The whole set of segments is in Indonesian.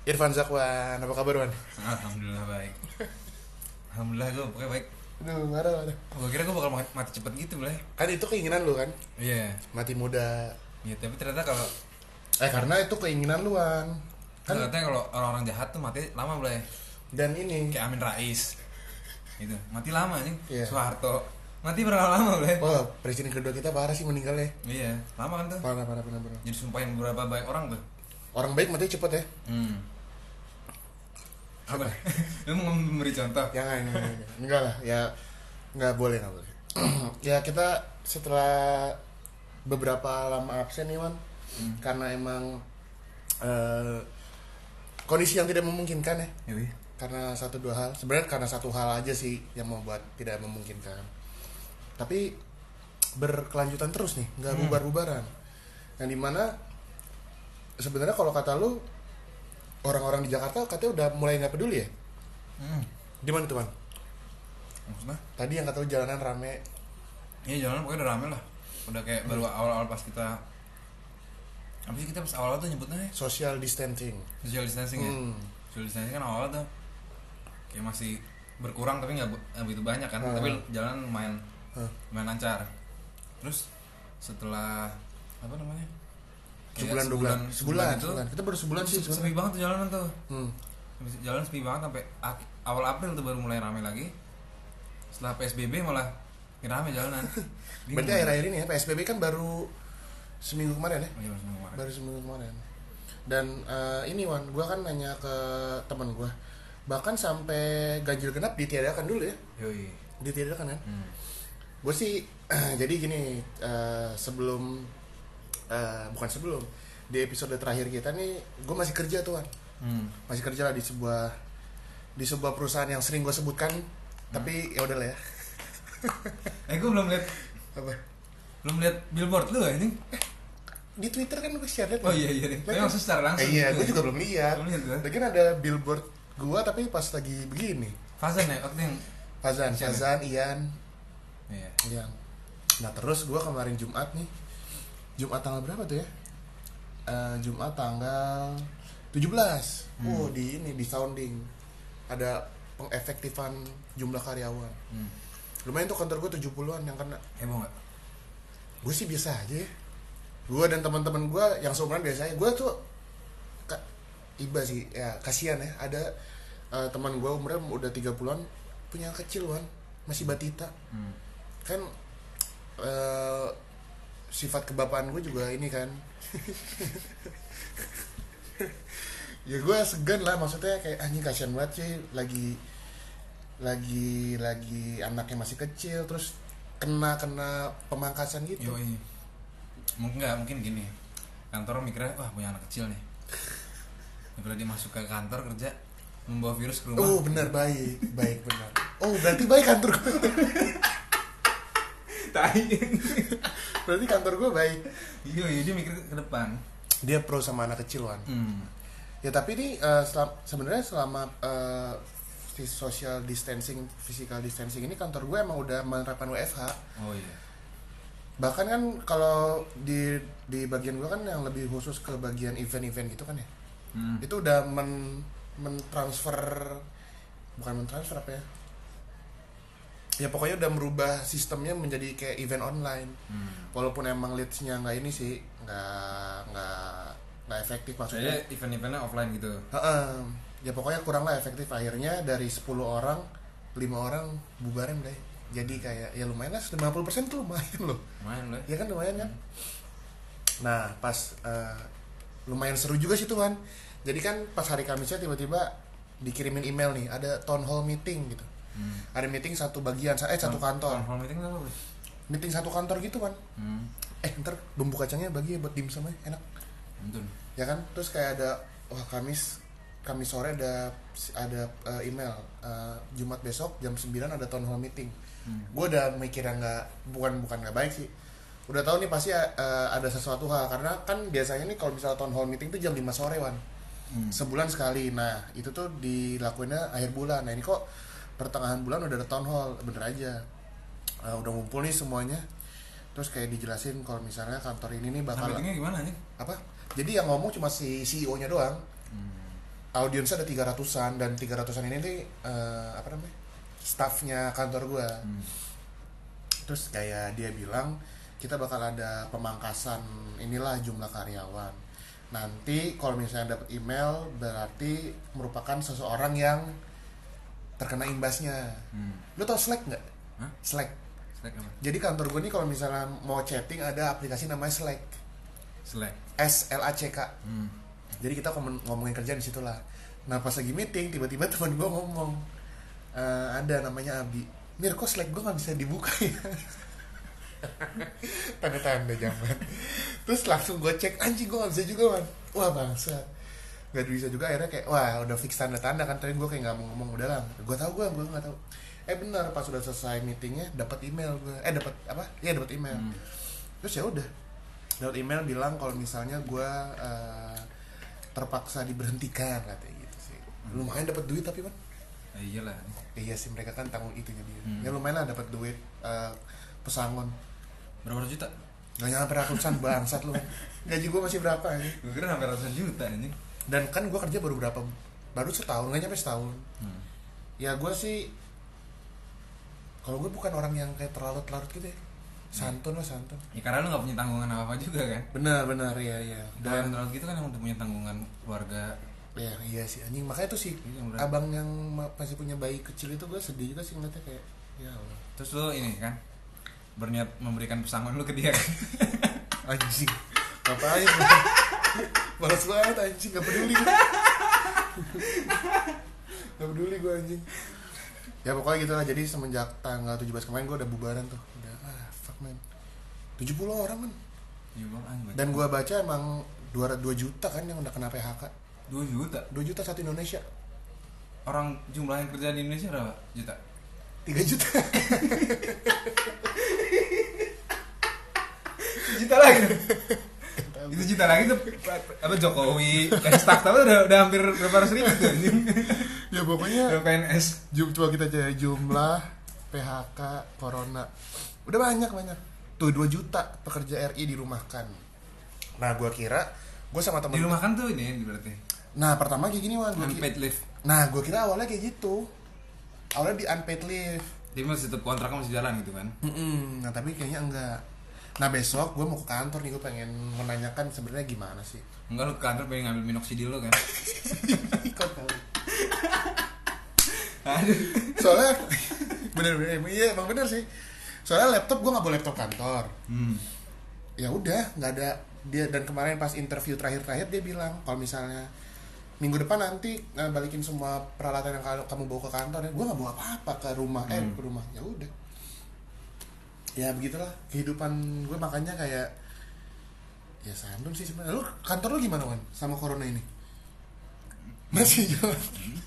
Irfan Zakwan, apa kabar Wan? Alhamdulillah baik. Alhamdulillah gue pokoknya baik. Aduh, marah. Gue kira gue bakal mati cepet gitu boleh. Kan itu keinginan lu kan? Iya. Mati muda. Iya tapi ternyata kalau Karena itu keinginan lu Wan. Kan katanya kalau orang-orang jahat tuh mati lama boleh. dan ini. Kayak Amin Rais. Gitu. Mati lama nih. Iya. Soeharto. Mati berapa lama boleh? Wah, presiden kedua kita parah sih meninggalnya. Iya, lama kan tuh. Parah benar. Jadi sumpahin beberapa banyak orang tuh. Orang baik mati cepet ya. Apa? Lu mau memberi contoh? Jangan. Enggak lah, ya enggak boleh. Ya kita setelah beberapa lama absen nih Wan. Karena emang kondisi yang tidak memungkinkan ya. Yoi. Karena satu dua hal, sebenarnya karena satu hal aja sih yang membuat tidak memungkinkan. Tapi berkelanjutan terus nih, nggak bubar-bubaran. Yang dimana sebenarnya kalau kata lu orang-orang di Jakarta katanya udah mulai nggak peduli ya. Di mana tuh Man? Maksudnya? Tadi yang kata lu jalanan rame. Iya jalanan pokoknya udah rame lah. Udah kayak baru awal-awal pas kita apa sih kita pas awal tuh nyebutnya ya? Social distancing. Social distancing ya? Social distancing kan awal tuh kayak masih berkurang tapi nggak begitu banyak kan. Tapi jalan lumayan lancar. Terus setelah apa namanya? Kayak sebulan itu kita baru sebulan sih sepi banget tuh jalanan tuh. Jalan sepi banget sampai awal April tuh baru mulai rame lagi. Setelah PSBB malah rame jalanan. Berarti akhir-akhir ini ya PSBB kan baru seminggu kemarin ya? Oh, iya, baru seminggu kemarin. Dan ini Wan, gue kan nanya ke teman gue, bahkan sampai ganjil genap ditiadakan dulu ya. Yoi. Ditiadakan kan? Gue sih jadi gini, bukan sebelum di episode terakhir kita nih, gue masih kerja tuh Wan. Masih kerja lah di sebuah perusahaan yang sering gue sebutkan, tapi ya udahlah ya. Gue belum lihat Apa? Belum lihat billboard lu ini? Di Twitter kan gue share liat. Oh iya nih. Tapi maksud secara langsung. Iya, gue juga belum lihat. Belum lihat kan? Lagi ada billboard gue tapi pas lagi begini. Fazan ya, waktu yang Fazan, Ian. Iya. Nah terus gue kemarin Jumat nih. Jumat tanggal berapa tuh ya? Jumat tanggal 17. Oh di sounding ada pengefektifan jumlah karyawan. Lumayan tuh kantor gue 70-an yang kena. Heboh nggak? Gue sih biasa aja ya. Gue dan teman-teman gue yang seumuran biasa aja. Gue tuh iba sih ya, kasihan ya. Ada teman gue umurnya udah 30-an punya kecil Wan, masih batita. Kan sifat kebapaan gue juga ini kan. Ya gue segan lah, maksudnya kayak anjing kasihan banget sih, lagi anaknya masih kecil terus kena pemangkasan gitu. Yoi. Mungkin gini. Kantor mikirnya wah punya anak kecil nih. Kalau dia masuk ke kantor kerja membawa virus ke rumah. Oh benar, baik benar. Oh berarti baik kantor gue. Berarti kantor gue baik. Iya dia mikir ke depan. Dia pro sama anak kecil Wan. Ya tapi ini sebenarnya selama social distancing, physical distancing ini kantor gue emang udah menerapkan WFH. Oh iya. Bahkan kan kalau di bagian gue kan yang lebih khusus ke bagian event-event gitu kan ya. Itu udah bukan mentransfer apa ya? Ya pokoknya udah merubah sistemnya menjadi kayak event online. Walaupun emang leads-nya nggak ini sih, nggak efektif maksudnya. Jadi event-eventnya offline gitu. Ya pokoknya kurang lah efektif. Akhirnya dari 10 orang 5 orang bubaran deh. Jadi kayak ya lumayan lah, 50% tuh lumayan loh. Lumayan loh. Ya kan lumayan kan. Nah pas lumayan seru juga sih tuh kan. Jadi kan pas hari Kamisnya tiba-tiba dikirimin email nih, ada town hall meeting gitu. Ada meeting satu bagian, satu kantor. Town hall meeting apa? Meeting satu kantor gitu kan. Ntar bumbu kacangnya bagi ya buat dimsum aja, enak. Betul. Ya kan, terus kayak ada Kamis sore ada email Jumat besok jam 9 ada town hall meeting. Gue udah mikirnya bukan nggak baik sih. Udah tahu nih pasti ada sesuatu hal, karena kan biasanya nih kalau misalnya town hall meeting tuh jam 5 sore Wan. Sebulan sekali. Nah, itu tuh dilakuinnya akhir bulan. Nah, ini kok pertengahan bulan udah ada town hall, bener aja. Udah ngumpul nih semuanya. Terus kayak dijelasin kalau misalnya kantor ini nih bakal meetingnya gimana nih? Apa? Jadi yang ngomong cuma si CEO-nya doang. audiensnya ada 300-an, dan 300-an ini nih apa namanya, staffnya kantor gue. Terus kayak dia bilang kita bakal ada pemangkasan inilah jumlah karyawan. Nanti kalau misalnya dapat email berarti merupakan seseorang yang terkena imbasnya. Lu tau Slack nggak? Hah? Slack. Slack apa? Jadi kantor gue nih kalau misalnya mau chatting ada aplikasi namanya Slack. Slack. SLACK. Jadi kita ngomongin kerjaan di situ lah. Nah pas lagi meeting tiba-tiba teman gue ngomong, ada namanya Abi. Mir, kok Slack gue nggak bisa dibuka ya? Tanda-tanda zaman. Terus langsung gue cek, anjing gue nggak bisa juga man. Wah bangsa, nggak bisa juga. Akhirnya kayak wah udah fix tanda-tanda kan. Tadi gue kayak nggak mau ngomong, udah lah. Gue nggak tahu. Benar pas sudah selesai meetingnya dapat email gue. Dapat apa? Iya dapat email. Terus ya udah dapat email bilang kalau misalnya gue terpaksa diberhentikan katanya gitu sih. Lumayan dapat duit tapi man. Iyalah. Iya sih mereka kan tanggung itunya dia. Ya lumayan lah dapat duit pesangon. Berapa juta? Gak nyampe ratusan bangsat lu. Gaji gue masih berapa ini? Gue kira hampir ratusan juta ini. Dan kan gue kerja baru setahun, gak nyampe setahun. Ya gue sih kalau gue bukan orang yang kayak terlalu gitu ya. Santun lah, santun. Ya karena lu gak punya tanggungan apa-apa juga kan. Benar iya. Dan terlalu gitu kan emang udah punya tanggungan keluarga. Ya iya sih anjing, makanya tuh sih abang yang masih punya bayi kecil itu gue sedih juga sih ngeliatnya kayak ya Allah. Terus lu ini kan berniat memberikan pesangon lu ke dia kan? Anjing ngapain? Malas banget anjing, gak peduli gue. Gak peduli gue anjing. Ya pokoknya gitu lah. Jadi semenjak tanggal 17 kemarin gue udah bubaran tuh. Udah fuck man, 70 orang man. Dan gue baca emang 2 juta kan yang udah kena PHK. 2 juta? 2 juta satu Indonesia. Orang jumlah yang kerja di Indonesia berapa juta? 3 juta. 1 juta lagi. Itu juta lagi tuh apa Jokowi dan staff tahu udah hampir berapa ratus ribu tuh anjing. Ya pokoknya PNS. Coba kita cari jumlah PHK corona. Udah banyak. Tuh 2 juta pekerja RI dirumahkan. Nah, gua kira gua sama temen dirumahkan tuh ini berarti. Nah, pertama kayak gini wan, unpaid leave. Nah, gua kira awalnya kayak gitu. Awalnya di unpaid leave. Dia masih tetap kontraknya masih jalan gitu kan. Nah, tapi kayaknya enggak. Nah, besok gua mau ke kantor nih, gua pengen menanyakan sebenarnya gimana sih. Enggak, lu ke kantor pengen ngambil minoxidil lo kan. Kok tahu? Aduh. Soalnya bener iya emang bener sih. Soalnya laptop gue nggak bawa laptop kantor. Ya udah nggak ada dia. Dan kemarin pas interview terakhir dia bilang kalau misalnya minggu depan nanti balikin semua peralatan yang kamu bawa ke kantor ya. Gue nggak bawa apa-apa ke rumah. Ke rumah ya udah. Ya begitulah kehidupan gue, makanya kayak ya sandung sih sebenarnya. Lu kantor lu gimana Wan sama corona ini? Masih jalan?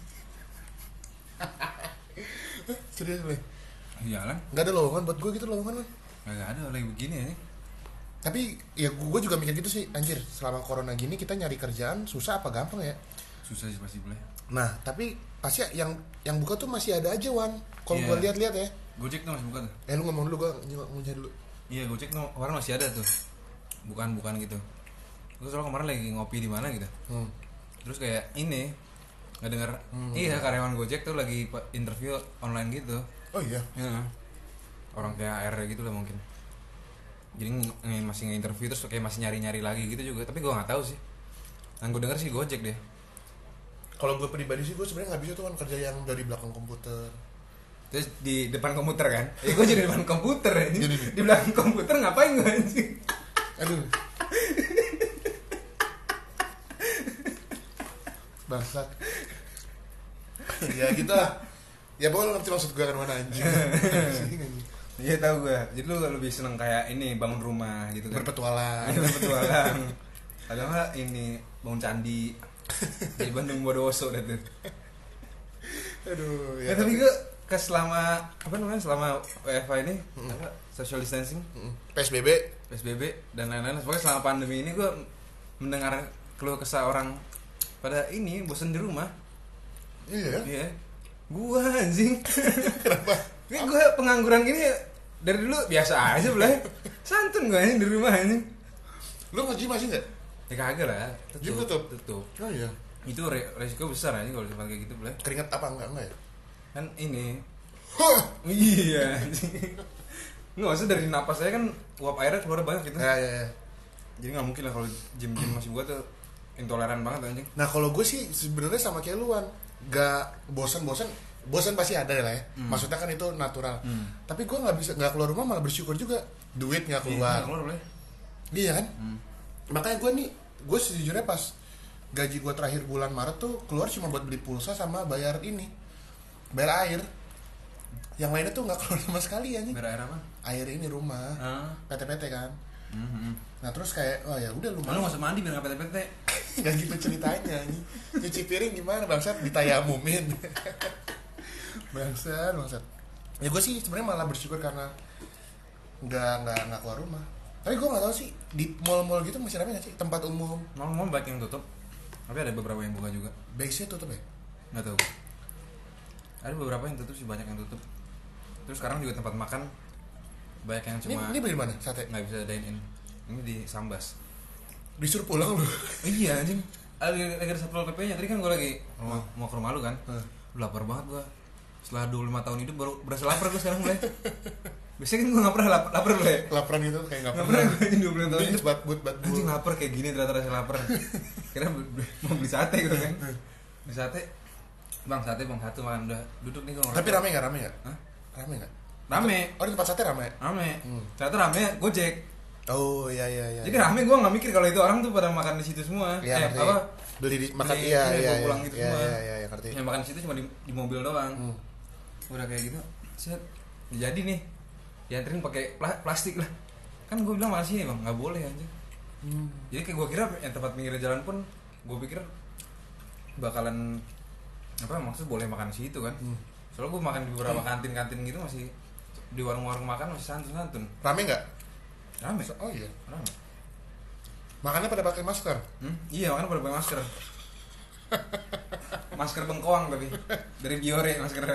Serius boleh? Jalan? Gak ada lowongan buat gue gitu, lowongan kan? Gak ada lagi begini ya. Tapi ya gue juga mikir gitu sih, anjir selama corona gini kita nyari kerjaan susah apa gampang ya? Susah sih pasti boleh. Nah tapi pasti yang buka tuh masih ada aja Wan. Kalau gue lihat-lihat ya. Gojek tuh masih buka tuh. Lu ngomong dulu, gue ngunyah dulu. Iya Gojek tuh kemarin masih ada tuh. Bukan gitu. Gue soalnya kemarin lagi ngopi di mana gitu. Terus kayak ini nggak dengar. Iya karyawan Gojek tuh lagi interview online gitu. Oh iya. Ya. Orang kayak AR gitu lah mungkin. Jadi masih nge-interview terus kayak masih nyari-nyari lagi gitu juga. Tapi gue nggak tahu sih. Yang gue denger sih Gojek deh. Kalau gue pribadi sih gue sebenarnya nggak bisa tuh kan kerja yang dari belakang komputer. Terus di depan komputer kan? Ya gue jadi depan komputer ya. Gini. Di belakang komputer ngapain gue anjing? Aduh. Bangsat. Ya gitu lah. Ya boleh ngerti maksud gue kan mana anjing. Iya tahu gue. Jadi lu lebih seneng kayak ini bangun rumah gitu kan? Berpetualang. Ada nggak ini bangun candi? Jadi Bandung Bondowoso dah tuh. Aduh. Ya tapi gue selama WFH ini apa social distancing, PSBB dan lain-lain. Pokoknya selama pandemi ini gue mendengar keluh kesah orang pada ini bosan di rumah. Iya. Gua anjing. Kenapa? Ini gue pengangguran gini dari dulu biasa aja belai. Santun gue anjing di rumah anjing. Lu nge-gym masih enggak? Ya kagak lah. Tutup. Tutup. Oh iya. Itu resiko besar aja kalau cuma kayak gitu boleh. Keringat apa enggak ya? Kan ini. Iya. Nggak, maksudnya dari napas saya kan uap airnya keluar banyak gitu. Ya. Jadi nggak mungkin lah kalau gym masih buat tuh intoleran banget anjing. Nah kalau gue sih sebenarnya sama kayak luan, gak bosan pasti ada lah ya. Maksudnya kan itu natural. Tapi gue nggak keluar rumah malah bersyukur juga, duit nggak keluar. Iya, keluar boleh. Iya kan? Makanya gue sejujurnya pas gaji gue terakhir bulan Maret tuh keluar cuma buat beli pulsa sama bayar air. Yang lainnya tuh nggak keluar sama sekali anjing. Bayar air apa? Air ini rumah, PT kan. Nah terus kayak oh ya udah lumayan. Lu nggak usah mandi biar nggak PT. Gak gitu ceritanya nih. Cuci piring gimana bangsat, ditayamumin. bangsat ya gue sih sebenarnya malah bersyukur karena nggak keluar rumah. Tapi gue nggak tahu sih di mall-mall gitu masih rame nggak sih tempat umum. Mall banyak yang tutup, tapi ada beberapa yang buka juga. Base-nya tutup ya? Nggak tahu, ada beberapa yang tutup sih, banyak yang tutup. Terus sekarang juga tempat makan banyak yang cuma ini beli mana sate? nggak bisa dine in. Ini di Sambas. Disuruh pulang lu. Iya anjing. Ada satpol PP nya. Tadi kan gue lagi mau ke rumah lu kan. Lapar banget gue. Setelah 25 tahun hidup baru berasa lapar gue sekarang mulai. Biasanya kan gue gak pernah lapar mulai. Laparan gitu kayak gak pernah. Gue 20 tahun hidup anjing lapar kayak gini ternyata rasa lapar. Kira mau beli sate gitu kan. Beli sate. Bang sate bang satu makan udah duduk nih gue. Tapi rame gak? Hah? Rame gak? Rame. Oh di tempat sate rame? Rame. Ternyata rame Gojek. Oh iya. Jadi rame gue nggak mikir kalau itu orang tuh pada makan di situ semua. Ya, apa beli makan iya pulang gitu semua. Iya ngerti. Yang makan di situ cuma di mobil doang. Udah kayak gitu. Set. Jadi nih dianterin pakai plastik lah. Kan gue bilang makasih ya bang, nggak boleh anjing. Jadi kayak gue kira yang tempat pinggir jalan pun gue pikir bakalan apa maksud boleh makan di situ kan. Soalnya gue makan di beberapa kantin gitu masih di warung-warung makan masih santun. Rame nggak? Rame. Oh iya. Rame. Makannya pada pakai masker? Iya, makannya pada pakai masker. Masker bengkoang tapi dari Biore maskernya.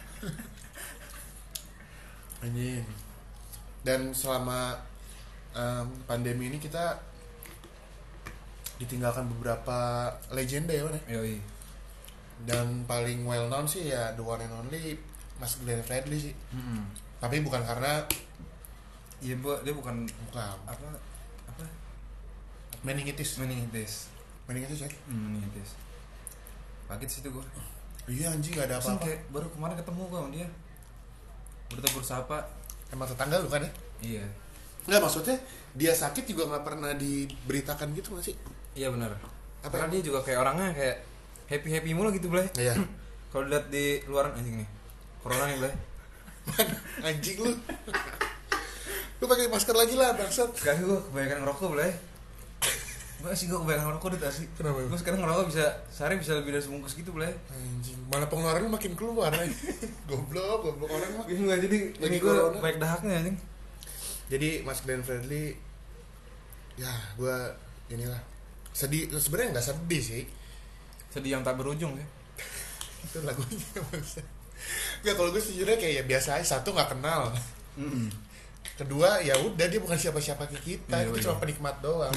Anjing. Dan selama pandemi ini kita ditinggalkan beberapa legenda ya mana? Yoi. Dan paling well known sih ya the one and only Mas Glenn Fredly sih. Tapi bukan karena iya dia bukan apa meningitis ya? Meningitis kaget sih itu gue. Iya anjing gak ada apa-apa. Kayak baru kemarin ketemu gue sama dia, bertegur sapa. Emang tetangga lu kan ya? Iya. Nggak maksudnya dia sakit juga nggak pernah diberitakan gitu nggak sih? Iya benar. Karena dia juga kayak orangnya kayak happy mulu gitu Blay. Iya. Kalau lihat di luaran anjing nih corona nih Blay. Anjing lu. Lu pakai masker lagi lah bangsat. Sekarang gue kebanyakan ngerokok Blay. Gue kebanyakan ngerokok deh asli. Kenapa? Gue sekarang ngerokok sehari bisa lebih dari sebungkus gitu Blay. Anjing. Malah pengeluaran lu makin keluar aja. Goblok orang mah. Enggak jadi lagi gue baik dahaknya anjing. Jadi Mas Glenn Fredly ya gue inilah sedih, sebenarnya nggak sedih sih, sedih yang tak berujung sih. Itu lagunya maksudnya. Nggak, kalau gue sejujurnya kayak ya biasa aja, satu nggak kenal, kedua ya udah dia bukan siapa-siapa ke kita, itu cuma penikmat doang.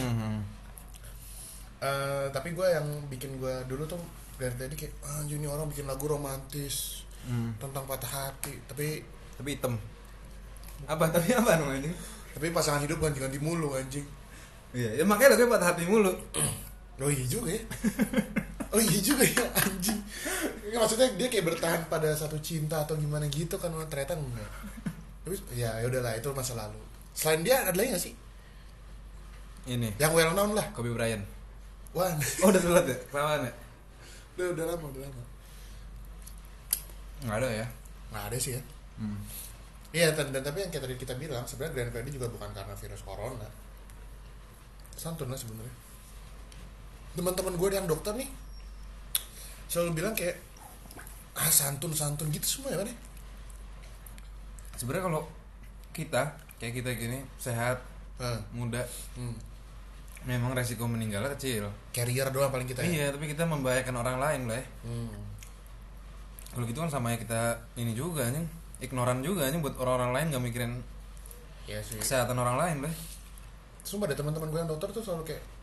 Tapi gue yang bikin gue dulu tuh dari tadi kayak anjir ini orang bikin lagu romantis tentang patah hati, tapi hitam. Tapi apa namanya? Tapi pasangan hidup ganti-ganti mulu anjing. Iya, ya makanya lagunya patah hati mulu. Oh iya juga ya. Oh iya juga ya anjing. Maksudnya dia kayak bertahan pada satu cinta atau gimana gitu kan, ternyata enggak. Tapi ya udahlah itu masa lalu. Selain dia ada lagi nggak sih? Ini. Yang well known lah. Kobe Bryant. Wah. Oh udah telat ya? Kelamaan ya? Udah lama. Nggak ada ya? Nggak ada sih ya. Iya, dan tapi yang tadi kita bilang sebenarnya Glenn Fredly juga bukan karena virus corona. Santun lah sebenarnya. Teman-teman gue yang dokter nih selalu bilang kayak santun gitu semua ya kan? Sebenarnya kalau kita kayak kita gini sehat, muda, memang resiko meninggalnya kecil. Carrier doang paling kita. Iya, tapi kita membahayakan orang lain lah. Kalau gitu kan sama ya kita ini juga nih. Ignoran juga nih buat orang-orang lain, nggak mikirin ya sih. Kesehatan orang lain lah. Sumpah ada teman-teman gue yang dokter tuh selalu kayak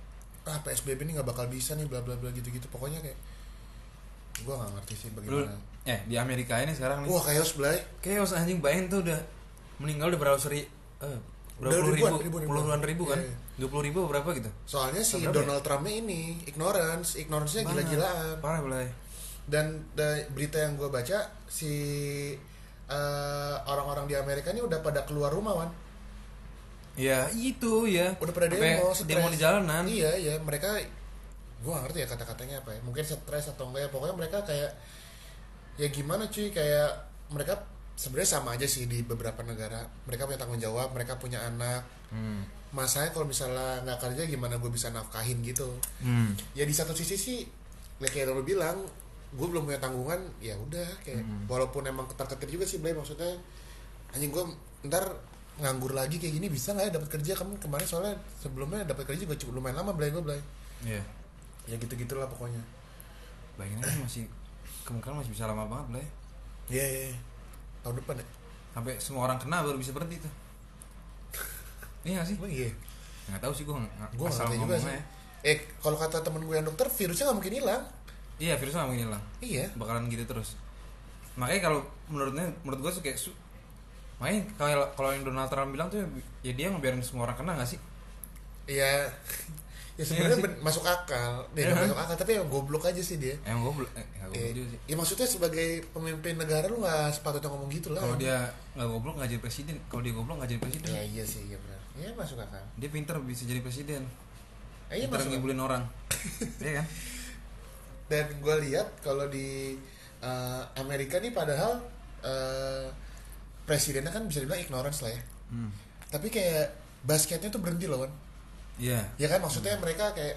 PSBB ini nggak bakal bisa nih bla bla bla gitu-gitu. Pokoknya kayak gue nggak ngerti sih bagaimana. Di Amerika ini sekarang nih. Wah, chaos Blay. Chaos anjing, bayangin tuh udah meninggal udah berapa puluhan ribu kan? 20.000 berapa gitu. Soalnya si Donald Trumpnya ini ignorance-nya gila-gilaan. Parah Blay. Dan berita yang gue baca si orang-orang di Amerika ini udah pada keluar rumah, Wan. Ya itu ya. Udah pada demo di jalanan. Iya mereka, gue gak ngerti ya kata-katanya apa ya. Mungkin stres atau enggak ya. Pokoknya mereka kayak ya gimana cuy, kayak mereka sebenarnya sama aja sih di beberapa negara. Mereka punya tanggung jawab, mereka punya anak. Masanya kalau misalnya nggak kerja gimana gue bisa nafkahin gitu. Ya di satu sisi sih kayak lo bilang, gue belum punya tanggungan, ya udah kayak walaupun emang ketar-ketir juga sih Blay, maksudnya anjing gue ntar nganggur lagi kayak gini bisa nggak ya dapat kerja. Kemarin soalnya sebelumnya dapat kerja juga cukup lumayan lama Blay. Iya. Ya gitu-gitulah pokoknya. Bayangin aja masih kemungkinan masih bisa lama banget Blay. Iya. Tahun depan ya. Sampai semua orang kena baru bisa berhenti tuh. Iya gak sih? Oh iya. Nggak tahu sih gue asal ngomongnya. Kalau kata temen gue yang dokter, virusnya nggak mungkin hilang. Iya, virusnya nggak mungkin hilang. Iya. Bakalan gitu terus. Makanya kalau menurut gue tuh kayak makanya kalau yang Donald Trump bilang tuh ya dia ngebiarin semua orang kena nggak sih? Iya. Ya sebenarnya masuk akal. Masuk akal, tapi yang goblok aja sih dia. Emang goblok. Juga sih. Ya maksudnya sebagai pemimpin negara lu nggak sepatutnya ngomong gitu lah. Kalau dia nggak goblok nggak jadi presiden. Kalau dia goblok nggak jadi presiden. Ya iya sih, iya benar. Ya masuk akal. Dia pintar bisa jadi presiden. Iya, pintar ngibulin orang. Iya kan? Dan gue lihat kalau di Amerika nih padahal presidennya kan bisa dibilang ignorance lah ya. Tapi kayak basketnya tuh berhenti loh kan. Iya. Ya kan maksudnya mereka kayak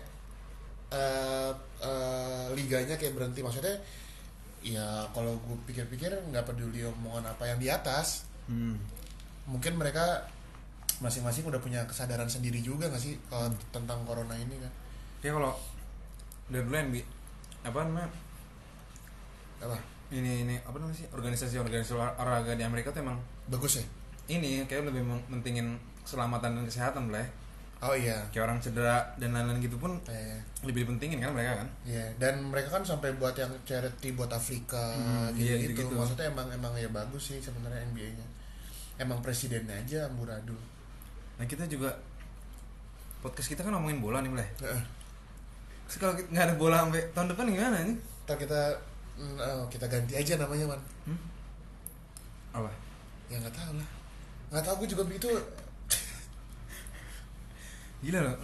liganya kayak berhenti. Maksudnya ya kalau gue pikir-pikir nggak peduli omongan apa yang di atas. Mungkin mereka masing-masing udah punya kesadaran sendiri juga nggak sih kalau tentang corona ini kan. Ya kalau dari dulu yang apa namanya? Ini apa namanya sih? Organisasi olahraga di Amerika tuh emang bagus ya. Ini kayak lebih mentingin keselamatan dan kesehatan lah ya. Oh iya. Kayak orang cedera dan lain-lain gitu pun lebih dipentingin kan mereka kan. Iya. Dan mereka kan sampai buat yang charity buat Afrika gitu. Maksudnya emang ya bagus sih sebenarnya NBA-nya. Emang presidennya aja amburadul. Nah kita juga podcast kita kan ngomongin bola nih Blay. Terus kalau nggak ada bola sampai tahun depan gimana nih? Ntar kita ganti aja namanya man. Apa? Ya nggak tahu lah. Nggak tahu, gue juga begitu. Gila loh.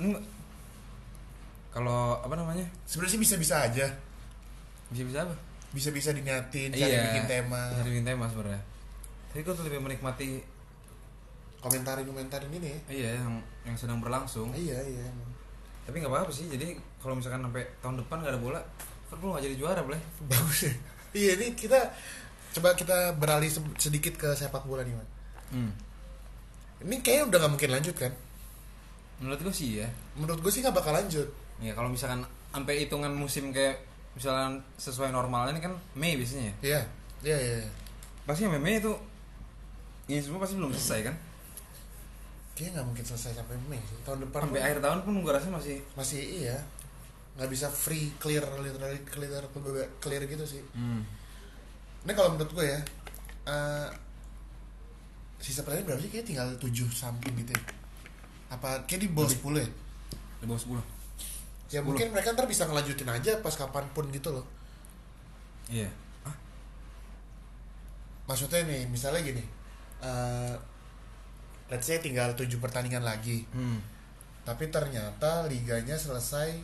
Kalau apa namanya? Sebenarnya sih bisa-bisa aja. Bisa-bisa apa? Bisa-bisa diniatin, cari bikin tema. Cari bikin tema sebenarnya. Tapi gue tuh lebih menikmati komentarin ini ya. Iya, yang sedang berlangsung. Iya. Tapi nggak apa-apa sih. Jadi kalau misalkan sampai tahun depan nggak ada bola, Liverpool nggak jadi juara, Blay. Bagus ya. Iya, ini kita beralih sedikit ke sepak bola nih, man. Ini kayaknya udah nggak mungkin lanjut kan? Menurut gue sih ya. Menurut gue sih nggak bakal lanjut. Ya kalau misalkan sampai hitungan musim kayak misalkan sesuai normalnya ini kan Mei biasanya ya. Iya. Pasti sampai Mei itu ini semua pasti belum selesai kan? Kayaknya nggak mungkin selesai sampai Mei sih. Tahun depan sampai akhir tahun pun gue rasa masih iya. Nggak bisa free clear gitu sih. Ini kalau menurut gue ya, sisa pertandingan berapa sih? Kayak tinggal 7 something gitu ya. Apa kayak di bawah 10 ya? Di bawah 10. Ya 10. Mungkin mereka ntar bisa ngelanjutin aja pas kapanpun gitu loh. Iya. Maksudnya nih, misalnya gini, let's say tinggal 7 pertandingan lagi. Tapi ternyata liganya selesai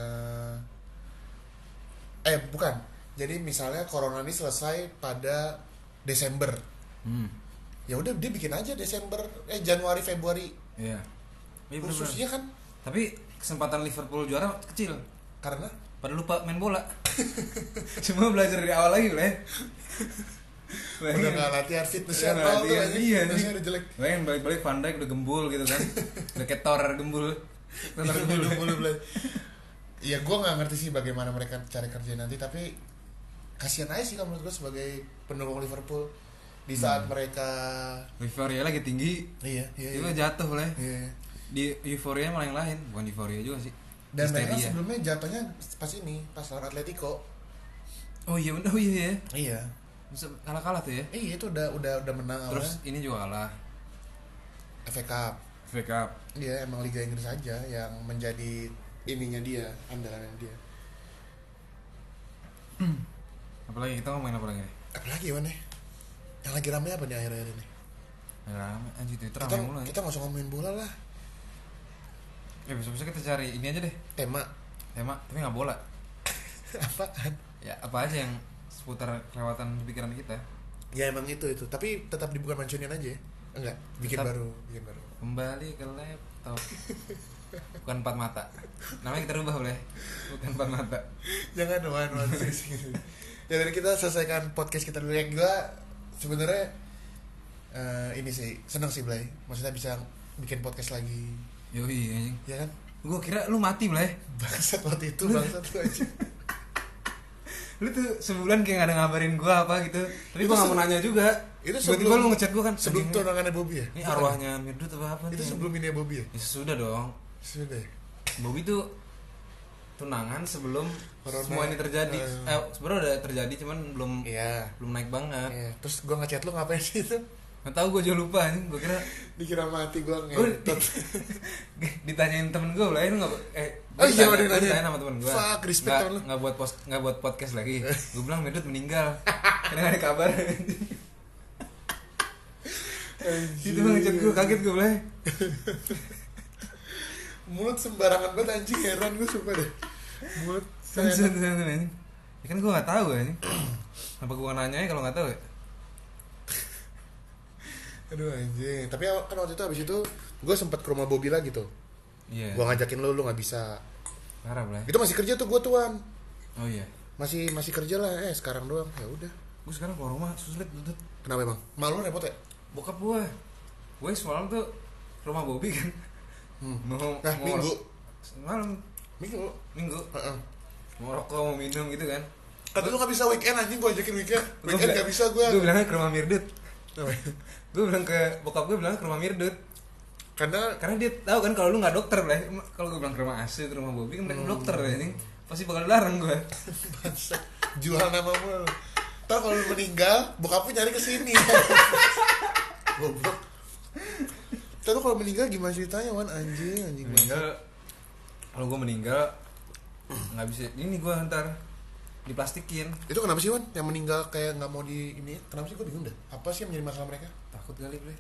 bukan. Jadi misalnya corona ini selesai pada Desember. Ya udah dia bikin aja Desember, Januari, Februari. Iya. Khususnya kan. Tapi kesempatan Liverpool juara kecil. Karena pada lupa main bola. Semua belajar dari awal lagi, Blay. Udah gak latihan fitnessnya nol tuh aja. Iya, fitnessnya udah jelek. Bayangin balik-balik Van Dijk udah gembul gitu kan. Udah kayak Thor gembul. Iya, gue gak ngerti sih bagaimana mereka cari kerja nanti. Tapi kasihan aja sih kalau menurut gue sebagai pendukung Liverpool. Di saat mereka euforia lagi tinggi. Iya. Itu jatuh, Blay. Iya. Di euforia malah yang lain. Bukan euforia juga sih. Dan mereka sebelumnya jatuhnya pas lawan Atletico. Oh iya benar, oh iya. Iya. Bisa kalah tuh ya? Iya, itu udah menang. Terus awalnya. Ini juga kalah. FA Cup. Iya, emang Liga Inggris aja yang menjadi ininya dia, andalannya dia. Apalagi kita ngomongin apa lagi nih? Apalagi mana? Yang lagi rame apa nih akhir-akhir ini? Rame, anjir Twitter rame mulai. Kita nggak usah ngomongin bola lah. Ya bisa kita cari ini aja deh. Tema, tapi nggak bola. Apaan? Ya apa aja yang seputar kelewatan pikiran kita. Ya emang itu. Tapi tetap dibuka Mancunian aja. Enggak, bikin baru. Kembali ke laptop. Bukan 4 mata. Namanya kita rubah boleh. Bukan 4 mata. Jangan one. Ya dari kita selesaikan podcast kita dulu. Yang gua sebenarnya ini sih seneng sih Blay. Maksudnya bisa bikin podcast lagi. Yoi anjing. Ya kan? Gua kira lu mati Blay. Bangsat waktu itu bangsat lu aja. Lu tuh sebulan kayak gak ada ngabarin gua apa gitu. Tapi gua gak mau nanya juga. Itu tiba-tiba lu ngechat gua kan sebelum tunangannya Bobby ya? Ini arwahnya Mirdut apa itu nih? Sebelum ini ya Bobby ya? Ya sudah dong. Sudah. Bobby tuh tunangan sebelum Corona. Semua ini terjadi. Sebenarnya udah terjadi cuman belum naik banget. Iya. Terus gua ngechat lu ngapain sih itu? Nggak tahu, gue juga lupa nih. Gue kira dikira mati gue ngentot. Ditanyain temen gue lah, itu nggak ditanya sama temen gue. Fuck, respect temen lu. Nggak buat podcast lagi. Gue bilang Medut meninggal. Karena nggak ada kabar. Itu ngechat gue, kaget gue bilang. Mulut sembarangan banget anjing, heran gue sumpah deh. Mulut. Ya kan gue nggak tahu anjing. Kenapa gue nanya kalau nggak tahu ya? Aduh anjing, tapi kan waktu itu abis itu gue sempet ke rumah Bobby lagi tuh. Iya. Gue ngajakin lu gak bisa. Parah lah. Itu masih kerja tuh gue tuan. Oh iya. Masih kerja lah, sekarang doang. Ya udah. Gue sekarang keluar rumah sulit Dudut. Kenapa emang? Malu repot ya? Bokap gue semalam tuh rumah Bobby kan. Mau minggu. Semalam minggu. Mau rokok, mau minum gitu kan. Kata lu gak bisa weekend anjing, gue ajakin weekend. Weekend gak bisa gue. Gue bilangnya ke rumah Mirdut. Gue bilang ke bokap gue bilangnya ke rumah Mirdut. Karena dia tahu kan kalau lu nggak dokter lah. Kalau gue bilang ke rumah Asu, ke rumah Bobby kan mereka dokter ini pasti bakal larang gue. Jual nama lu. Ntar kalau lu meninggal, bokap lu nyari kesini. Goblok. Ntar lu kalau meninggal gimana ceritanya Wan? Anjing meninggal. Kalau gue meninggal nggak bisa ini gue ntar diplastikin. Itu kenapa sih Wan? Yang meninggal kayak nggak mau di ini? Kenapa sih, gue bingung dah. Apa sih yang menjadi masalah mereka? Takut kali bre.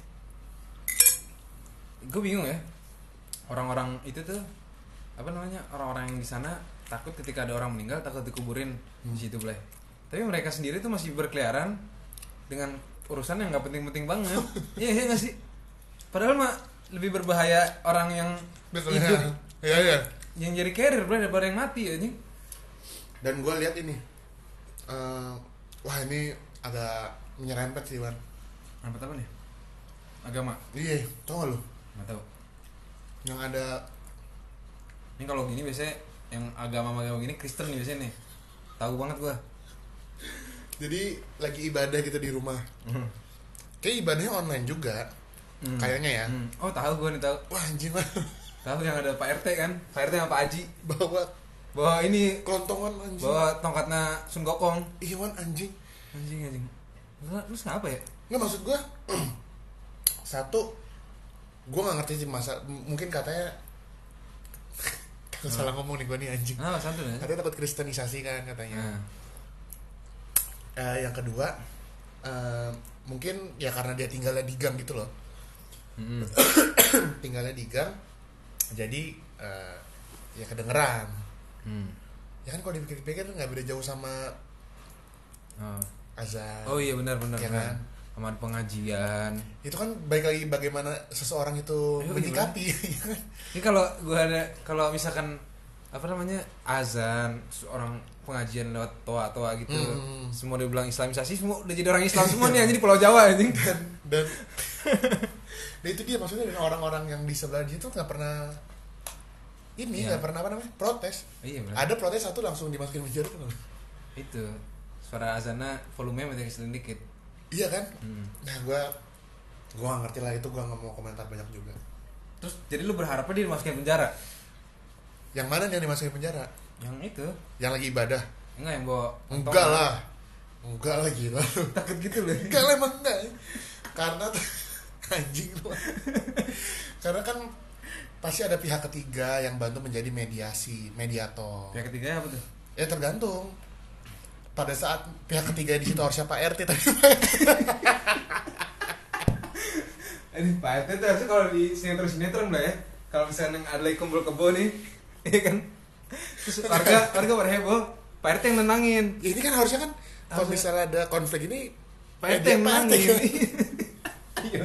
Gue bingung ya. Orang-orang itu tuh apa namanya? Orang-orang yang di sana takut ketika ada orang meninggal, takut dikuburin di situ bre. Tapi mereka sendiri tuh masih berkeliaran dengan urusan yang nggak penting-penting banget. Iya nggak sih? Padahal mah lebih berbahaya orang yang hidup. Iya. Yang jadi carrier bre daripada yang mati ya nih. Dan gue lihat ini, wah ini agak menyerempet sih Wan. Rempet apa nih? Agama? Iya, tau gak lu? Nggak tahu. Yang ada. Ini kalau gini biasanya yang agama gini Kristen nih biasanya nih. Tahu banget gue. Jadi lagi ibadah gitu di rumah. Kayak ibadahnya online juga. Kayaknya ya. Oh tahu gue nih tahu. Wah anjing lah. Tahu yang ada Pak RT kan? Pak RT sama Pak Haji. Bawa ini kelontongan anjing. Bawa tongkatnya Sun Gokong. Iya Wan anjing. Anjing. Terus ngapa ya? Nggak, maksud gue satu, gue nggak ngerti sih masa, mungkin katanya salah ngomong nih gue nih anjing. Satu ya? Katanya takut kristenisasi kan katanya. Yang kedua mungkin ya karena dia tinggalnya di gang gitu loh. Tinggalnya di gang, jadi ya kedengeran. Ya kan kalau dipikir-pikir nggak beda jauh sama azan. Oh iya benar ya kan? Sama pengajian. Itu kan baik lagi bagaimana seseorang itu menyikapi. Ini kalau misalkan apa namanya azan, orang pengajian lewat toa gitu, semua dia bilang islamisasi, semua udah jadi orang Islam semua nih, jadi Pulau Jawa anjing. Dan itu dia maksudnya, orang-orang yang di sebelah dia tuh nggak pernah nggak pernah apa namanya protes. Iya, ada protes satu langsung dimasukin penjara tuh. Itu suara azannya volumenya masih kecil dikit. Iya kan? Nah gue nggak ngerti lah itu, gue nggak mau komentar banyak juga. Terus jadi lu berharapnya dia dimasukin penjara? Yang mana nih yang dimasukin penjara? Yang itu. Yang lagi ibadah? Enggak, yang bawa Enggak lah. Enggak lah gila. Takut gitu loh. Enggak lah emang enggak. Karena anjing lu. Karena kan pasti ada pihak ketiga yang bantu menjadi mediator. Pihak ketiganya apa tuh? Ya tergantung. Pada saat pihak ketiga di situ harusnya Pak RT tapi Ini Pak RT tuh harusnya kalau di sinetron lah ya. Kalau misalnya ada lagi kumpul kebo nih, ya kan? Terus warga pada heboh, Pak RT yang nenangin. ya ini kan harusnya kan kalau misalnya ada konflik ini Pak RT yang nenangin. Iya.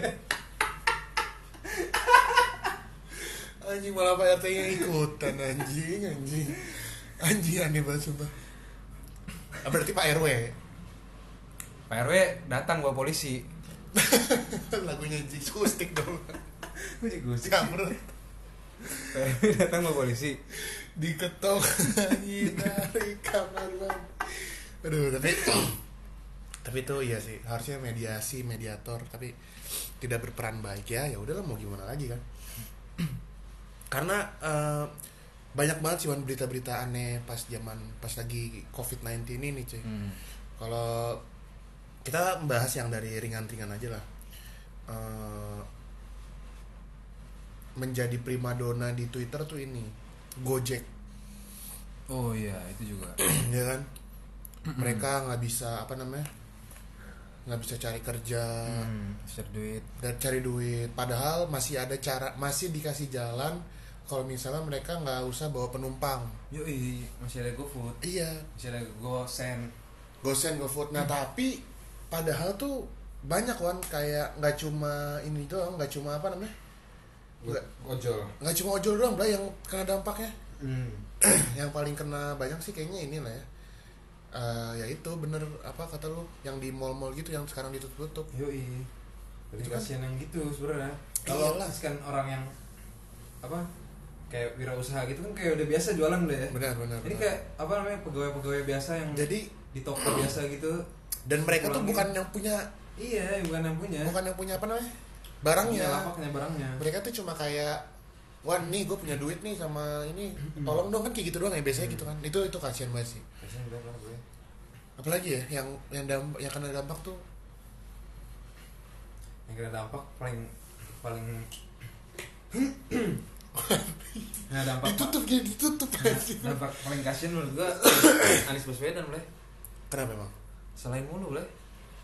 Anjing malah Pak RT nya ikutan anjing aneh banget sumpah. Berarti Pak RW datang bawa polisi. lagunya anjing akustik dong. Jamur. Pak RW datang bawa polisi. Diketok anjing dari kamar bang. Aduh tapi itu iya sih harusnya mediator tapi tidak berperan baik ya udahlah mau gimana lagi kan. Karena banyak banget sih berita-berita aneh pas lagi COVID-19 ini cuy. Kalau kita membahas yang dari ringan-ringan aja lah. Menjadi primadona di Twitter tuh ini Gojek. Oh iya itu juga. Ya kan? Mereka nggak bisa nggak bisa cari kerja, cari duit. Padahal masih ada cara, masih dikasih jalan. Kalau misalnya mereka nggak usah bawa penumpang. Yoi, masih ada GoFood. Iya. Masih ada GoFood. Nah tapi padahal tuh banyak kan kayak nggak cuma ini doang, nggak cuma nggak cuma ojol doang lah yang kena dampaknya. Yang paling kena banyak sih kayaknya ini lah ya. Ya itu bener apa kata lu yang di mall-mall gitu yang sekarang ditutup. Yoi. Tapi kasihan yang gitu sebenarnya. Kalau kan orang yang kayak wirausaha gitu kan kayak udah biasa jualan udah ya. Benar. Ini kayak pegawai biasa yang jadi di toko biasa gitu. Dan mereka tuh bukan yang punya. Iya, bukan yang punya barangnya. Barangnya. Mereka tuh cuma kayak, wah nih gue punya duit nih sama ini, tolong dong kan kayak gitu doang ya biasanya gitu kan. Itu kasihan banget sih. Kasihan banget gue. Apalagi ya yang kena dampak tuh. Yang kena dampak paling nah dampak ditutup dampak paling kasihan menurut gua Anies Baswedan boleh. Kenapa emang? Selain mulu boleh.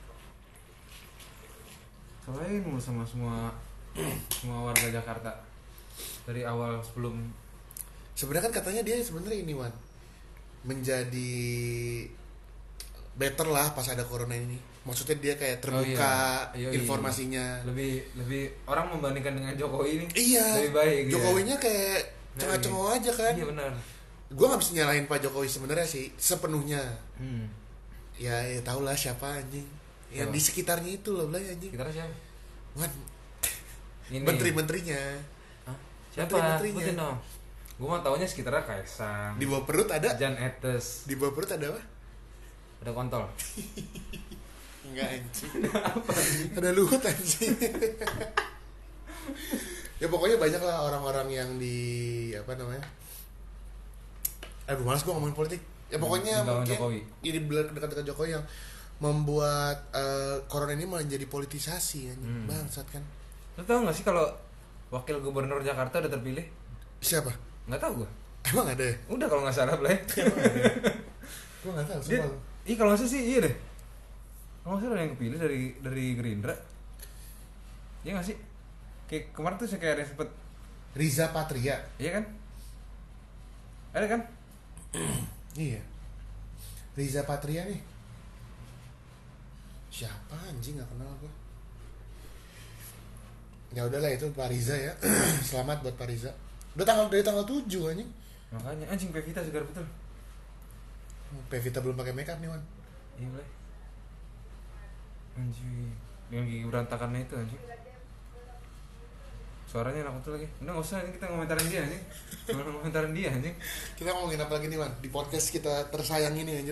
Selain mulu sama semua warga Jakarta dari awal sebelum. Sebenarnya kan katanya dia sebenarnya ini Wan menjadi better lah pas ada corona ini. Maksudnya dia kayak terbuka informasinya. Lebih orang membandingkan dengan Jokowi ini. Iya. Lebih baik. Jokowinya kayak cengah-cengah aja kan. Iya benar. Gue nggak bisa nyalain Pak Jokowi sebenarnya sih sepenuhnya. Ya tau lah siapa anjing. Yang di sekitarnya itu loh Blay anjing. Sekitarnya siapa? Wan. Ini. Menteri-menterinya. Hah? Siapa? Menteri-menterinya. Sebutin dong. Gue mah taunya sekitarnya Kaisang. Di bawah perut ada. Jan Etes. Di bawah perut ada apa? Ada kontol. Enggak anjing. Ada Luhut anjing. Ya pokoknya banyak lah orang-orang yang di apa namanya. Malas gue ngomongin politik. Ya pokoknya mungkin ini dekat-dekat Jokowi yang membuat corona ini menjadi politisasi anjing. Bangsat kan. Lu tau gak sih kalau wakil gubernur Jakarta udah terpilih? Siapa? Nggak tahu gue. Emang ada ya? Udah kalau nggak salah Blay. Gue nggak tahu. Iya kalau nggak salah sih iya deh. Kalau nggak salah ada yang kepilih dari Gerindra. Iya nggak sih? Kayak kemarin tuh saya kayak ada yang sempet Riza Patria. Iya kan? Ada kan? Iya. Riza Patria nih. Siapa anjing nggak kenal gue. Ya udahlah itu Pak Riza ya. Selamat buat Pak Riza. Udah dari tanggal 7 anjing. Makanya anjing Pevita segar betul. Pevita belum pakai makeup nih Wan. Iya boleh. Anjing. Dengan gigi berantakannya itu anjing. Suaranya enak betul lagi. Udah nggak usah ini kita ngomentarin dia anjing. Ngomentarin dia anjing. Kita ngomongin apa lagi nih Wan? Di podcast kita tersayang ini anjir.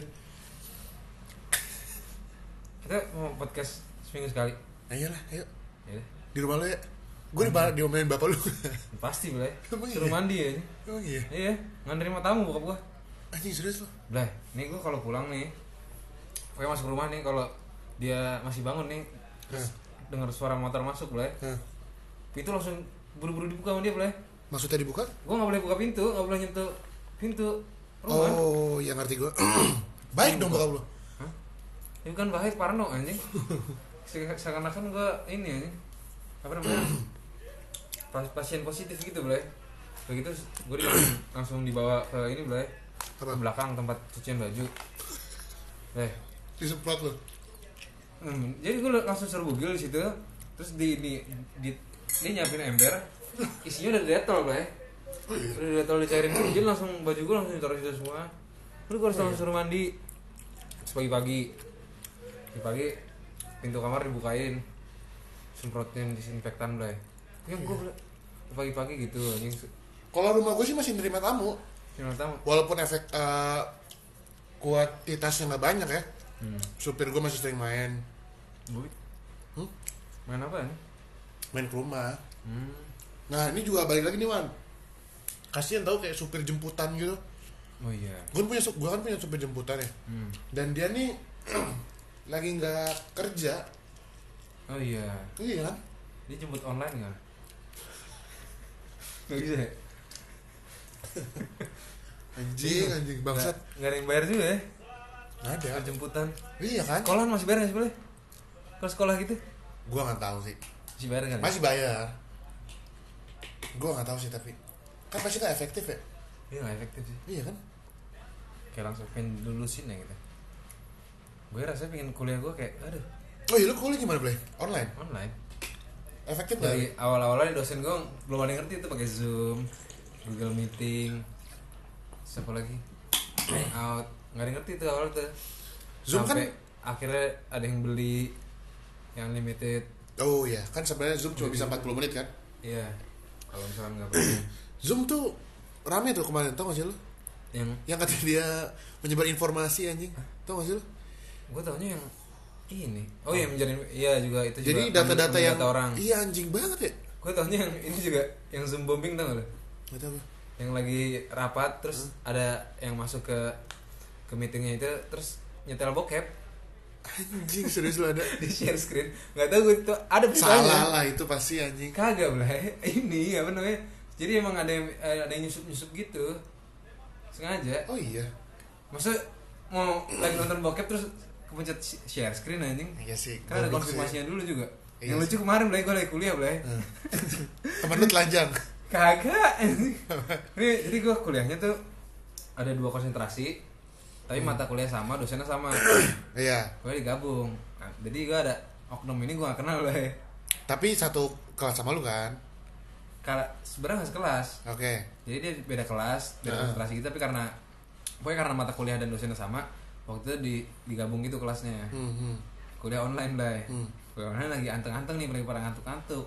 Kita mau podcast seminggu sekali. Ayolah, ayo. Ya. Di rumah lo ya? Gue diomelin bapak lu. Pasti Blay. Emang Suruh iya? mandi ya ini. Oh iya. Iya, nggak nerima tamu bokap gua. Anjing serius lu? Blay, nih gua kalau pulang nih, pokoknya masuk rumah nih kalau dia masih bangun nih, terus dengar suara motor masuk Blay. Pintu langsung buru-buru dibuka sama dia Blay. Maksudnya dibuka? Gua nggak boleh buka pintu, nggak boleh nyentuh pintu rumah. Oh, ya ngerti gue. Baik dong bokap lu. Hah? Ini kan bahaya parno anjing. Seakan-akan gue ini anjing. Apa namanya? Pasien positif gitu, Blay. Begitu gue langsung dibawa ke ini, Blay. Ke belakang tempat cucian baju. Disemprot lu. Jadi gue langsung suruh bugil di situ. Terus dia nyiapin ember. Isinya udah detol, Blay. Udah detol dicairin dulu. Jadi langsung baju gue langsung ditaruh situ semua. Terus gue harus langsung suruh mandi. Terus pagi pintu kamar dibukain, semprotin disinfektan Blay. Yang gue pagi-pagi gitu anjing. Kalau rumah gue sih masih nerima tamu. Walaupun efek kuantitasnya nggak banyak ya. Supir gue masih sering main. Main apa nih? Main ke rumah. Nah ini juga balik lagi nih Wan. Kasian tau kayak supir jemputan gitu. Oh iya. Gue kan punya supir jemputan ya. Dan dia nih lagi nggak kerja. Oh iya. Iya kan? Dia jemput online nggak? Nggak bisa ya? Anjing bangsat. Nggak ada yang bayar juga ya? Nggak ada. Jemputan. Iya kan? Sekolahan masih bayar nggak sih boleh? Kalau sekolah gitu? Gue nggak tahu sih. Masih bayar kan? Masih bayar. Gue nggak tahu sih tapi kan pasti nggak efektif ya? Iya nggak efektif sih. Iya kan? Kayak langsung pengen lulusin ya gitu. Gue rasanya pengen kuliah gue kayak aduh. Oh iya lu kuliah gimana Blay? Online? Efektif nggak? Dari awal-awalnya dosen gue belum ada yang ngerti itu pakai Zoom, Google Meeting, siapa lagi, Hangout, nggak ada yang ngerti itu awal tuh. Zoom sampai kan? Akhirnya ada yang beli yang limited. Oh iya kan sebenarnya Zoom cuma bisa 40 menit kan? Iya. Kalau misalkan nggak beli. Zoom tuh rame tuh kemarin tau gak sih lu? Yang katanya dia menyebar informasi anjing. Tau gak sih lu? Gue taunya yang ini. Oh iya menjadi iya juga itu juga. Jadi data-data yang data orang. Iya anjing banget ya. Gue taunya yang ini juga yang Zoom bombing tau gak lu? Gak tau gue. Yang lagi rapat terus ada yang masuk ke meetingnya itu terus nyetel bokep. Anjing serius lu ada Di share screen. Gak tau gue itu ada beritanya. Salah lah itu pasti anjing. Kagak Blay. Ini apa namanya? Jadi emang ada yang nyusup gitu. Sengaja. Oh iya. Masa mau lagi nonton bokep terus kepencet share screen anjing. Iya sih. Kan ada konfirmasinya dulu juga. Iya Yang lucu kemarin Blay gue lagi kuliah Blay. Temen lu telanjang. Kagak. Jadi gue kuliahnya tuh ada 2 konsentrasi. Tapi mata kuliah sama, dosennya sama. Iya. Gue digabung. Nah, jadi gue ada oknum ini gue gak kenal Blay. Tapi satu kelas sama lu kan? Sebenarnya gak sekelas. Oke. Jadi dia beda kelas, beda konsentrasi gitu, tapi karena mata kuliah dan dosennya sama, waktu itu digabung gitu kelasnya. Kuliah online Blay. Kuliah online lagi anteng-anteng nih, mereka pada ngantuk-ngantuk.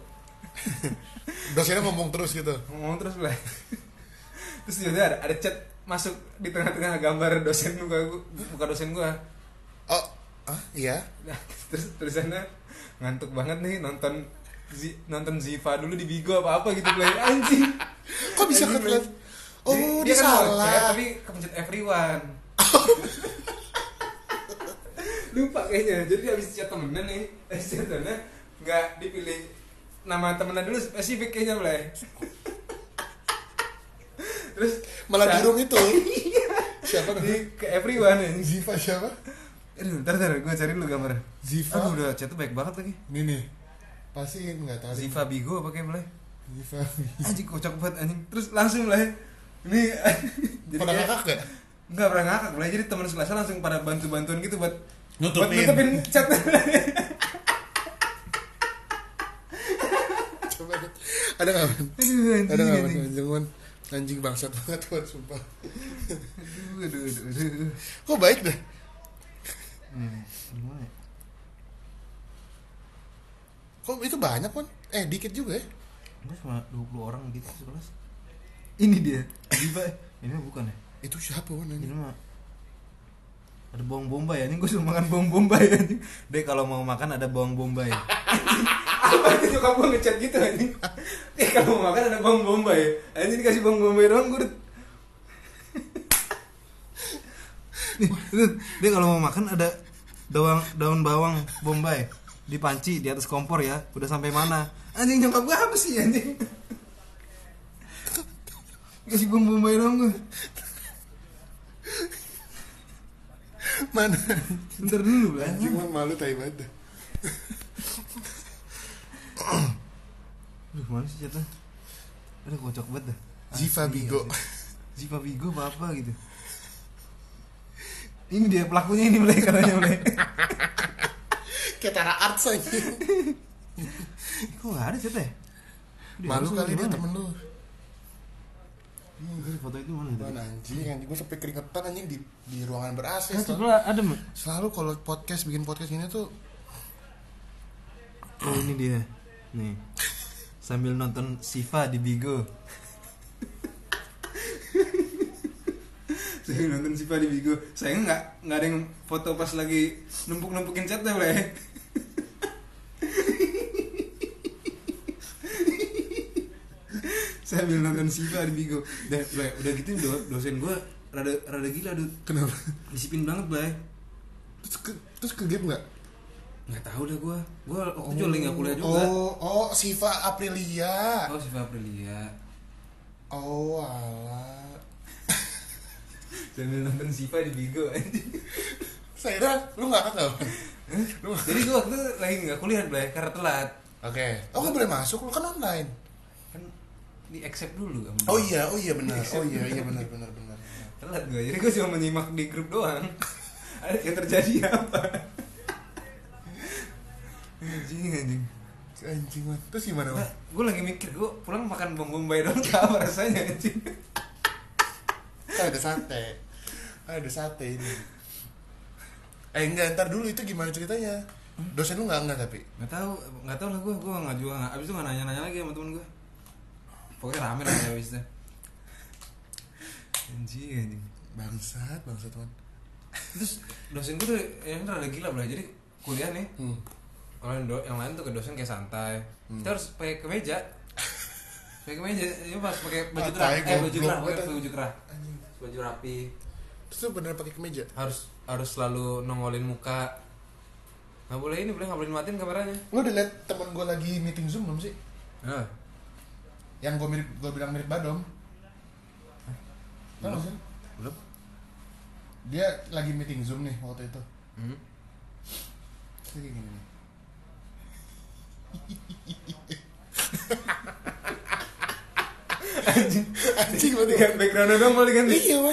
Dosennya ngomong terus gitu. Ngomong terus Blay. Terus juga ada chat masuk di tengah-tengah gambar dosen gua, bukan dosen gua. Oh, iya. Nah, terus tulisannya ngantuk banget nih nonton Ziva dulu di Bigo apa gitu Blay. Anjing. Kok bisa ketelan? Oh, dia kan salah. Chat, tapi kepencet everyone. Lupa kayaknya. Jadi habis chat temennya nih, chatnya nggak dipilih nama temennya dulu spesifik kayaknya Blay. Terus malah di room itu. Siapa namanya? Ke everyone ya. Ziva siapa? Ntar gue cari dulu gambar. Ziva. Aduh udah chat tuh baik banget lagi. Nih. Pasti nggak tahu. Ziva Bigo apa kayak Blay? Ziva. Anjing kocak banget anjing. Terus langsung Blay. Ini jadi pernah ngakak gak? Enggak pernah ngakak Blay. Jadi teman sekelasnya langsung pada bantuan gitu buat nutupin chat. Coba ada nggak? Ada nggak? Anjing bangsat banget buat sumpah. Aduh. Kok baik dah? Gimana ya? Kok itu banyak kan? Dikit juga ya? Ini cuma 20 orang gitu sekelas. Ini dia. Ziva. Ini mah bukan ya? Itu siapa wan? Ini mah ada bawang bombay ya. Ini gue suruh makan bawang bombay ya. Deh kalau mau makan ada bawang bombay. Apa itu nyokap gue ngechat gitu anjing? Kalau mau makan ada bawang bombay. Anjing dikasih bawang bombay doang gue. Dia kalau mau makan ada daun bawang bombay di panci di atas kompor ya. Udah sampai mana? Anjing nyokap gue apa sih anjing? Kasih bawang bombay doang gue. Mana? Bentar dulu lah. Anjing mah malu tai banget. Aduh mana sih jatuh? Aduh kocok banget dah. Ziva Bigo. Ziva Bigo apa gitu. Ini dia pelakunya ini mulai katanya mulai. Kayak Tara Arts aja. Kok nggak ada chat ya? Malu kali dia temen lu. Foto itu mana? Mana anjing gue sampai keringetan anjing di ruangan ber-AC. Ada mah. Selalu kalau bikin podcast gini tuh. Oh ini dia. Nih. Sambil nonton Siva di Bigo. Sambil nonton Siva di Bigo. Saya nggak ada yang foto pas lagi numpuk-numpukin chatnya boleh. Sambil nonton Siva di Bigo. Udah gitu dosen gue rada gila dude. Kenapa? Disiplin banget bay. Terus ke game nggak? Nggak tahu dah gue waktu itu lagi nggak kuliah juga. Siva Aprilia. Siva Aprilia. Oh alah. Sambil nonton Siva di Bigo anjing. Saya kira lu nggak tahu. Jadi gue waktu itu lagi nggak kuliah bay karena telat. Oke. Oh nggak boleh masuk, lu kan online. Kan di accept dulu kan. Oh iya benar. Oh iya benar. Telat gue, jadi gue cuma menyimak di grup doang. Ada yang terjadi apa? Anjing. Man. Terus gimana, Man? Gue lagi mikir, gue pulang makan bombay doang apa rasanya anjing. Kan ada sate ini. Enggak, ntar dulu itu gimana ceritanya? Dosen lu enggak tapi? Nggak tahu lah gue nggak juga nggak. Abis itu nggak nanya lagi sama temen gue. Pokoknya rame lah ya abis itu. Anjing. Bangsat teman. Terus dosen gue tuh yang rada gila bro. Jadi kuliah nih. Kalau yang lain tuh ke dosen kayak santai. Kita harus pakai kemeja. Ini pas pakai baju kerah. Baju rapi. Terus lu bener pakai kemeja? Harus selalu nongolin muka. Nggak boleh matiin kameranya. Lu udah liat temen gue lagi meeting Zoom belum sih? Yang gue bilang mirip Badom. Tahu nggak sih? Belum. Dia lagi meeting Zoom nih waktu itu. Kayak gini nih. Anjing berarti kan backgroundnya dong paling kan. Iya man.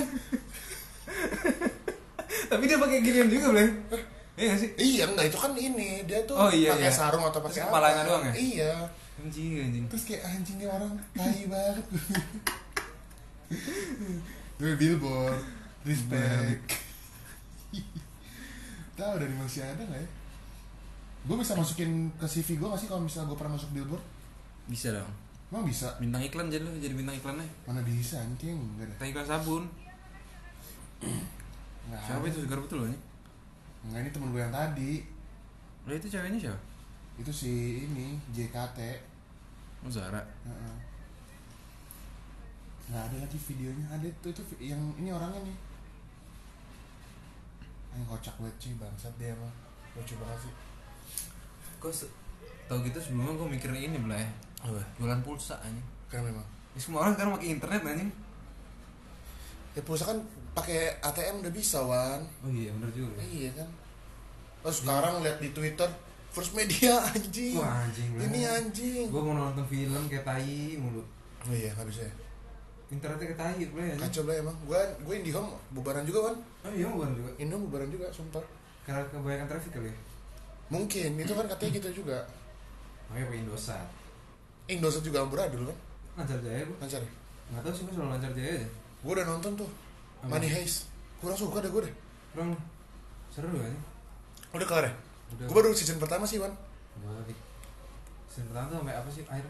Tapi dia pakai ginian juga boleh. Iya nggak sih? Iya enggak, itu kan ini dia tuh pakai sarung atau pakai apa? Kepalanya doang ya? Iya. Anjing. Terus kayak anjingnya orang tai banget. Gue billboard, respect. Tahu dari masih ada nggak ya? Gue bisa masukin ke CV gue nggak sih kalau misalnya gue pernah masuk billboard? Bisa dong. Emang bisa? Bintang iklan jadi bintang iklannya. Mana bisa anjing? Enggak ada. Bintang iklan sabun. Nggak Siapa ada. itu segar betul loh ini? Enggak, ini temen gue yang tadi. Lah itu ceweknya siapa? Itu si ini JKT. Oh Zara. Nggak ada lagi videonya. Ada itu yang ini orangnya nih. Yang kocak banget sih bangsat dia emang. Lucu banget sih. Kok tau gitu sebelumnya gue mikir ini belah ya. Jualan pulsa anjing. Kan memang. Ya, semua orang sekarang pakai internet anjing. Ya pulsa kan pakai ATM udah bisa Wan. Oh iya benar juga. Iya kan. Oh sekarang lihat di Twitter First Media anjing. Wah anjing. Ini anjing. Gue mau nonton film kayak tai mulu. Oh iya nggak bisa ya. Internetnya kayak tai boleh anjing. Kacau lah emang. Gue IndiHome bubaran juga Wan. Oh iya bukan juga. IndiHome bubaran juga sumpah. Karena kebanyakan traffic kali ya. Mungkin itu kan katanya gitu juga. Makanya pakai Indosat. Indosat juga amburadul kan. Lancar Jaya gue. Lancar ya. Nggak tahu sih gue selalu Lancar Jaya aja. Gue udah nonton tuh. Apa? Money Heist. Kurang suka deh gue deh. Kurang seru aja. Udah kelar ya? Udah. Gue baru season pertama sih Wan. Season pertama tuh sampai apa sih air?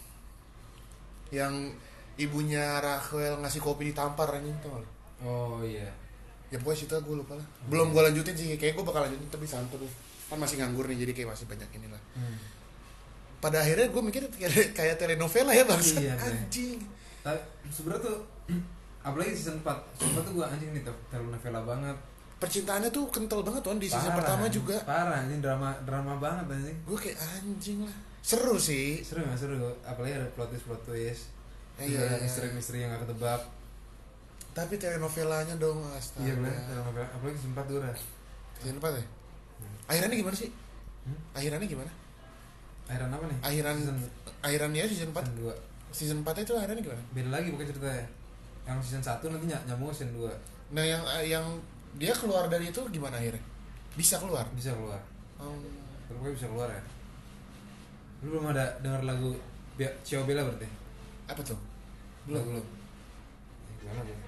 Yang ibunya Rachel ngasih kopi ditampar anjing tau gak? Oh iya. Ya pokoknya situ gue lupa lah. Belum gue lanjutin sih. Kayaknya gue bakal lanjutin tapi santuy. Kan masih nganggur nih jadi kayak masih banyak inilah. pada akhirnya gue mikir kayak telenovela ya bang. Iya, anjing. Tapi sebenarnya tuh apalagi season 4 tuh gue anjing nih telenovela banget. Percintaannya tuh kental banget tuh di season pertama juga. Parah, ini drama banget anjing. Gue kayak anjing lah. Seru sih. Seru gak seru? Apalagi ada plot twist. Iya. Misteri yang gak ketebak. Tapi telenovelanya dong, astaga. Iya bener, telenovela. Apalagi season 4 tuh udah. Season 4 ya? Akhirannya gimana sih? Akhirannya gimana? Akhiran apa nih? Akhirannya season 4? Season 2. Season 4 itu akhirannya gimana? Beda lagi bukan ceritanya. Yang season 1 nanti nyambung season 2. Nah yang dia keluar dari itu gimana akhirnya? Bisa keluar? Bisa keluar. Oh. Terus bisa keluar ya. Lu belum ada denger lagu Ciao Bella berarti? Apa tuh? Belum. Gimana bu?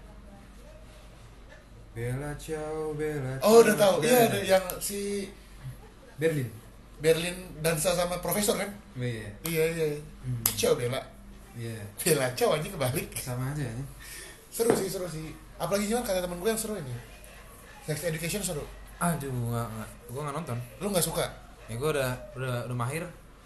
Bella ciao Bella. Oh udah tahu. Iya ada yang si Berlin dansa sama profesor kan? Iya. Iya. Ciao Bella. Iya. Bella ciao aja kebalik. Sama aja ya. Seru sih. Apalagi cuman kata temen gue yang seru ini. Sex Education seru. Aduh, gue nggak nonton. Lu nggak suka? Ya gue udah mahir.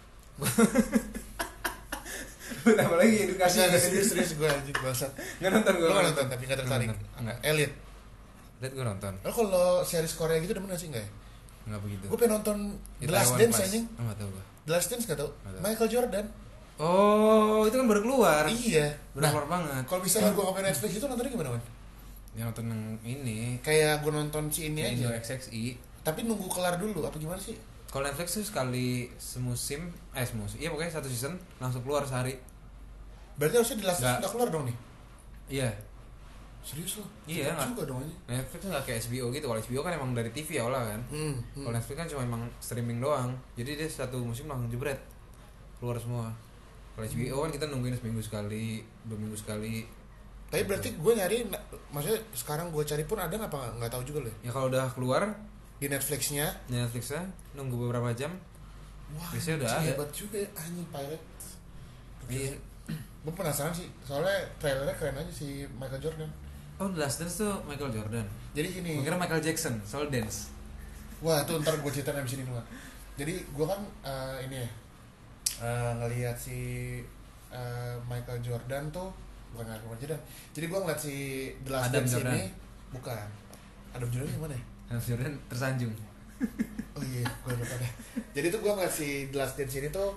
Apa lagi edukasi? Serius gue anjing bangsat. Nggak nonton gue. Lu nggak nonton tapi nggak tertarik. Enggak. Elite. Lihat gue nonton. Lo kalau series Korea gitu demen gak sih nggak ya? Nggak begitu. Gue pengen nonton The Last Dance anjing. Nggak tahu gue. The Last Dance nggak tau? Michael Jordan. Oh, itu kan baru keluar. Iya. Baru keluar banget. Kalau misalnya gue nggak Netflix itu nontonnya gimana man? Ya nonton yang ini. Kayak gue nonton si ini Indo aja. XXI. Tapi nunggu kelar dulu apa gimana sih? Kalau Netflix tuh sekali semusim. Iya pokoknya satu season langsung keluar sehari. Berarti harusnya The Last Dance udah keluar dong nih? Iya. Serius loh? Iya nggak. Juga dong aja. Netflix nggak kayak HBO gitu. Kalau HBO kan emang dari TV ya lah kan. Kalau Netflix kan cuma emang streaming doang. Jadi dia satu musim langsung jebret keluar semua. Kalau HBO kan kita nungguin seminggu sekali, 2 minggu sekali. Tapi berarti gue nyari, maksudnya sekarang gue cari pun ada nggak tahu juga loh. Ya kalau udah keluar di Netflixnya nunggu beberapa jam. Wah, biasanya udah ada. Hebat juga ya, anjing pirate. Iya. Gue penasaran sih, soalnya trailernya keren aja si Michael Jordan. Oh, The Last Dance tuh Michael Jordan. Jadi gini. Gue kira Michael Jackson, soal dance. Wah, itu ntar gue ceritain abis ini dulu. Jadi gue kan ini ya, ngelihat si Michael Jordan tuh bukan Michael Jordan. Jadi gue ngeliat si The Last Adam Dance Jordan. ini bukan. Adam Jordan gimana ya? Adam Jordan tersanjung. Oh iya, gue lupa deh. Jadi tuh gue ngeliat si The Last Dance ini tuh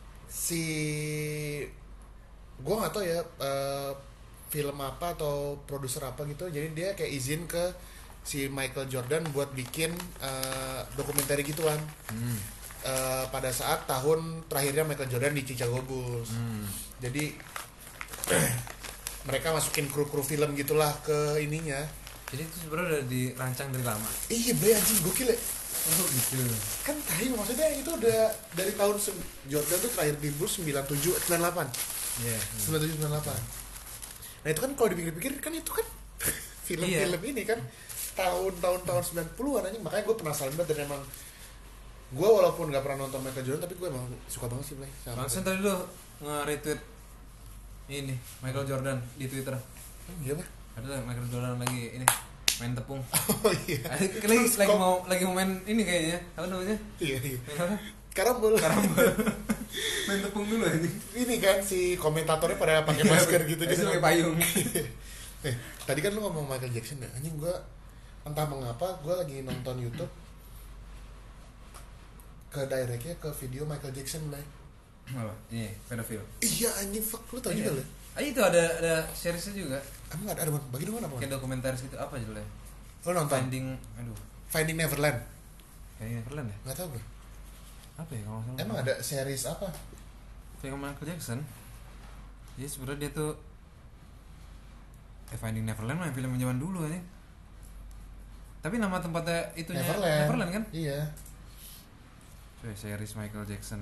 gue nggak tahu ya film apa atau produser apa gitu. Jadi dia kayak izin ke si Michael Jordan buat bikin dokumenter gituan. Pada saat tahun terakhirnya Michael Jordan di Chicago Bulls. Jadi mereka masukin kru-kru film gitulah ke ininya. Jadi itu sebenarnya udah dirancang dari lama. Iya, bre anjing gokil ya. Oh gitu. Kan tahu maksudnya itu udah dari tahun Jordan tuh terakhir di Bulls 97 98. Iya. 97 98. Nah, itu kan kalau dipikir-pikir kan itu kan film-film ini kan tahun 90-an anjing. Makanya gue penasaran banget dan emang gue walaupun gak pernah nonton Michael Jordan tapi gue emang suka banget sih Blay. Langsung tadi lu nge-retweet ini Michael Jordan di Twitter. Iya mah. Ada Michael Jordan lagi ini main tepung. Oh iya. lagi mau main ini kayaknya. Apa namanya? Iya. Main apa? Karambol. Main tepung dulu aja. Ini kan si komentatornya pada pakai masker gitu dia pakai payung. Tadi kan lu ngomong Michael Jackson ya. Anjing gue entah mengapa gue lagi nonton YouTube ke directnya ke video Michael Jackson lah. Apa? Ini pedofil. Iya anjing fuck lu tau juga lah. Itu ada seriesnya juga. Emang ada bagi dong apa? Kayak dokumentaris gitu apa judulnya? Lo nonton? Finding Neverland. Finding Neverland ya? Gak tau gue. Apa ya kalau salah? Emang ada series apa? Film Michael Jackson. Jadi sebenarnya dia tuh Finding Neverland mah film zaman dulu aja. Tapi nama tempatnya itunya Neverland kan? Iya. Series Michael Jackson.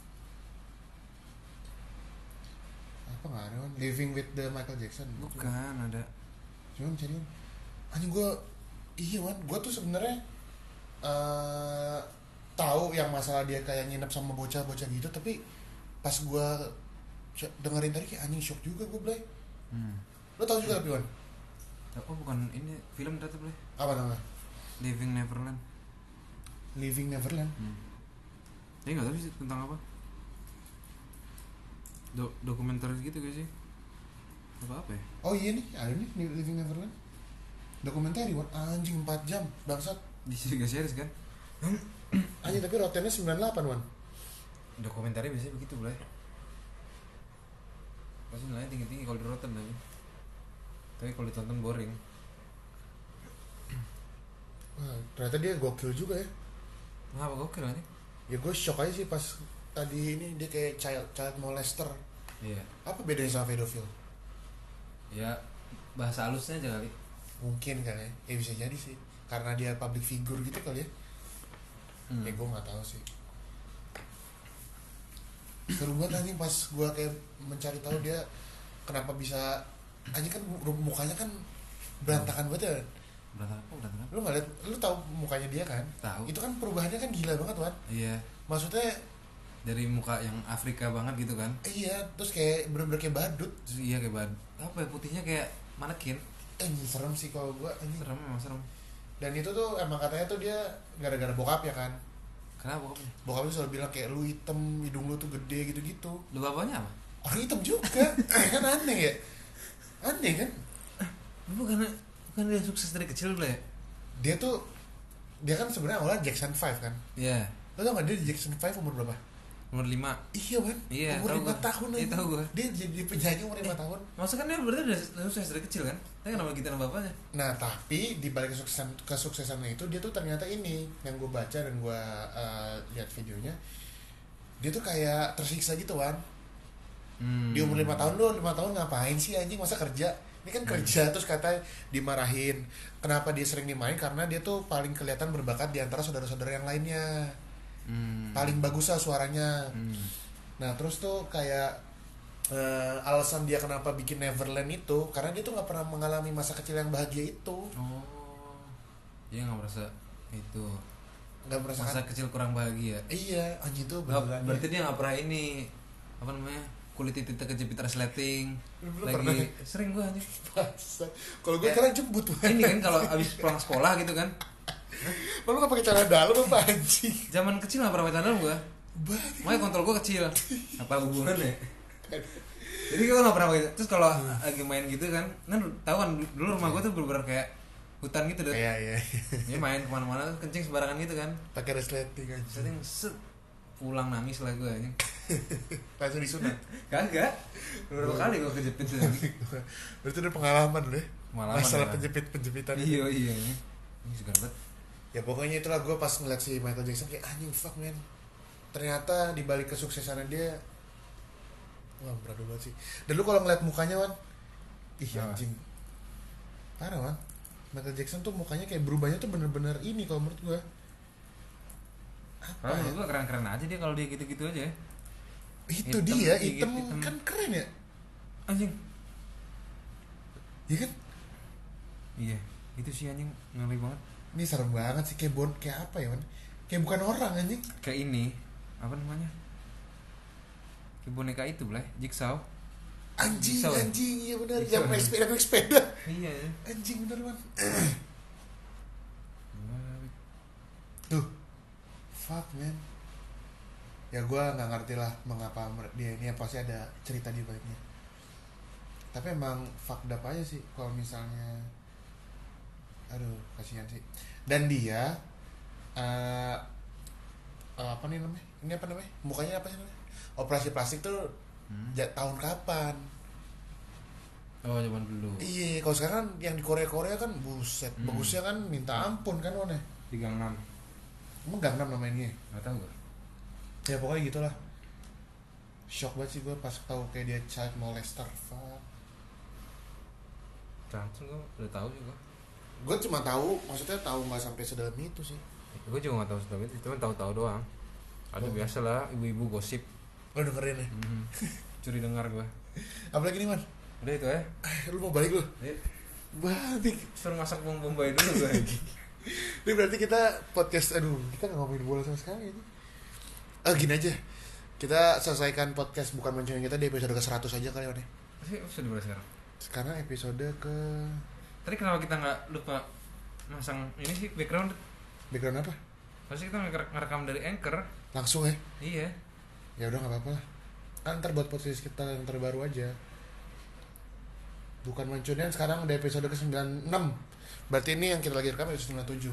Apa nggak ada kan? Living with the Michael Jackson. Bukan ada. Cuma cari. Anjing gue, iya man, gue tuh sebenarnya tahu yang masalah dia kayak nginep sama bocah-bocah gitu, tapi pas gue dengerin tadi kayak anjing shock juga gue Blay. Lo tau juga tapi Wan? Oh bukan ini film ternyata Blay. Apa namanya? Living Neverland. Living Neverland. Ya nggak tahu sih tentang apa. Dokumenter gitu gak sih? Apa ya? Oh iya nih, ada nih Living Neverland. Dokumenter Wan, anjing 4 jam, bangsat. Di sini gak series kan? Anjing tapi rotennya 98 Wan. Dokumenternya biasanya begitu boleh. Pasti nilainya tinggi-tinggi kalau di Rotten lagi. Tapi kalau ditonton boring. Wah, ternyata dia gokil juga ya. Kenapa gokil aja? Ya gue shock aja sih pas tadi ini dia kayak child molester. Iya. Apa bedanya sama pedofil? Ya bahasa halusnya aja kali. Mungkin kan ya, ya bisa jadi sih. Karena dia public figure gitu kali ya. Ya gue nggak tahu sih. Seru banget anjing pas gue kayak mencari tahu dia kenapa bisa anjing kan mukanya kan berantakan banget ya. Berantakan. Lu nggak liat, lu tahu mukanya dia kan? Tahu. Itu kan perubahannya kan gila banget Wan. Iya. Maksudnya Dari muka yang Afrika banget gitu kan. iya, terus kayak bener-bener kayak badut. Terus iya kayak apa ya, putihnya kayak manekin. Anjing serem sih kalau gue anjing. Serem, emang serem. Dan itu tuh emang katanya tuh dia gara-gara bokap ya kan. Kenapa bokapnya? Bokapnya selalu bilang kayak lu hitam, hidung lu tuh gede gitu-gitu. Lu bapaknya apa? Orang hitam juga. Kan aneh ya. Aneh kan? Bukan dia sukses dari kecil ya? Dia kan sebenarnya awalnya Jackson 5 kan. Iya. Lo tau gak dia di Jackson 5 umur berapa? Umur 5. Iya kan? Iya, umur 5 gua. tahun Iya, aja. tahu gua. Dia jadi penyanyi umur 5 tahun. Maksudnya kan dia berarti udah sukses dari kecil kan? Tapi kenapa kita nama bapaknya? Nah tapi di balik kesuksesannya itu dia tuh ternyata ini yang gue baca dan gue lihat videonya, dia tuh kayak tersiksa gitu kan. Di umur 5 tahun lu 5 tahun ngapain sih anjing, masa kerja? Ini kan kerja. Terus katanya dimarahin. Kenapa dia sering dimarahin? Karena dia tuh paling kelihatan berbakat di antara saudara-saudara yang lainnya. Paling bagus lah suaranya. Nah terus tuh kayak alasan dia kenapa bikin Neverland itu karena dia tuh nggak pernah mengalami masa kecil yang bahagia itu. Oh, dia nggak merasa itu, Nggak merasakan masa kecil kurang bahagia. iya anjing tuh Nggak, beneran berarti dia nggak pernah ini apa namanya, kulit titik kejepit resleting. Lu Lagi pernah? sering gua anjing. Bangsa. Kalau gue Ya, sekarang jemput tuh. Ini kan kalau abis pulang sekolah gitu kan. Lu nggak pakai celana dalam apa anjing? Zaman kecil nggak pernah pakai dalam gua. Banget. Makanya kontrol gua kecil. Apa hubungannya? Jadi gua nggak pernah pakai. Terus kalau lagi main gitu kan tahu kan dulu rumah gua tuh bener-bener kayak hutan gitu deh. Iya. Dia main kemana-mana kencing sembarangan gitu kan. Pakai resleting aja. Sering set pulang nangis lah gue anjing. Langsung disunat. Kagak. Beberapa kali gue kejepit sih. Berarti udah pengalaman loh ya. Pengalaman Masalah ya. penjepit-penjepitan. Iya. Ini segar banget. Ya pokoknya itulah gue pas ngeliat si Michael Jackson kayak anjing fuck man. Ternyata di balik kesuksesannya dia wah berat banget sih. Dan lu kalau ngeliat mukanya Wan, ih anjing. Parah Wan. Michael Jackson tuh mukanya kayak berubahnya tuh bener-bener ini kalau menurut gue. Apa Kalau ya? menurut gue keren-keren aja dia kalau dia gitu-gitu aja. Itu Hitam, dia, gigit hitam hitam. kan keren ya? Anjing. Iya kan? Iya. Itu sih anjing ngeri banget. Ini serem banget sih kayak kayak apa ya, Wan? Kayak bukan orang anjing. Kayak ini apa namanya? Kayak boneka itu boleh, Jigsaw. Anjing, Jigsaw, ya? anjing, iya benar. Jigsaw, Yang ya? naik sepeda. Iya ya. Anjing bener, Wan. Tuh. Fuck, man. Ya gue nggak ngerti lah mengapa dia ini pasti ada cerita di baliknya. Tapi emang fucked up aja sih kalau misalnya, aduh kasihan sih. Dan dia apa nih namanya? Ini apa namanya? Mukanya apa sih namanya? Operasi plastik tuh tahun kapan? Oh, zaman dulu. Iya, kalau sekarang yang di Korea kan buset, bagusnya kan minta ampun kan Wane. Di Gang 6. Emang Gangnam namanya? Enggak tahu gua. Ya pokoknya gitulah. Shock banget sih gue pas tahu kayak dia child molester. Fuck. Langsung gua udah tahu juga. Gue cuma tahu, maksudnya tahu nggak sampai sedalam itu sih. Gue juga nggak tahu sedalam itu, cuma tahu-tahu doang. Ada biasa lah ibu-ibu gosip. Lo dengerin ya? Curi dengar gue. Apalagi nih man? Udah itu ya. Lu mau balik lu? Ayo. Balik. Suruh masak bom bombay dulu gue. Ini berarti kita podcast, aduh kita nggak ngomongin bola sama sekali ini. Gini aja, kita selesaikan podcast bukan mencuit kita di episode ke-100 aja kali ya. Sudah berapa sekarang? Sekarang episode ke... Tadi kenapa kita nggak lupa masang ini sih background? Background apa? Pasti kita ngerekam dari Anchor. Langsung ya? Iya. Ya udah nggak apa-apa lah. Kan ntar buat podcast kita yang terbaru aja. Bukan Mancunian sekarang udah episode ke-96. Berarti ini yang kita lagi rekam episode 97.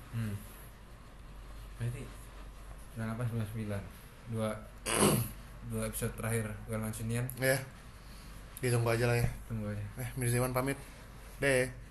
Berarti 98 99 dua episode terakhir bukan Mancunian. Ya. Ditunggu aja lah ya. Tunggu aja. Mirza Iwan pamit. Deh.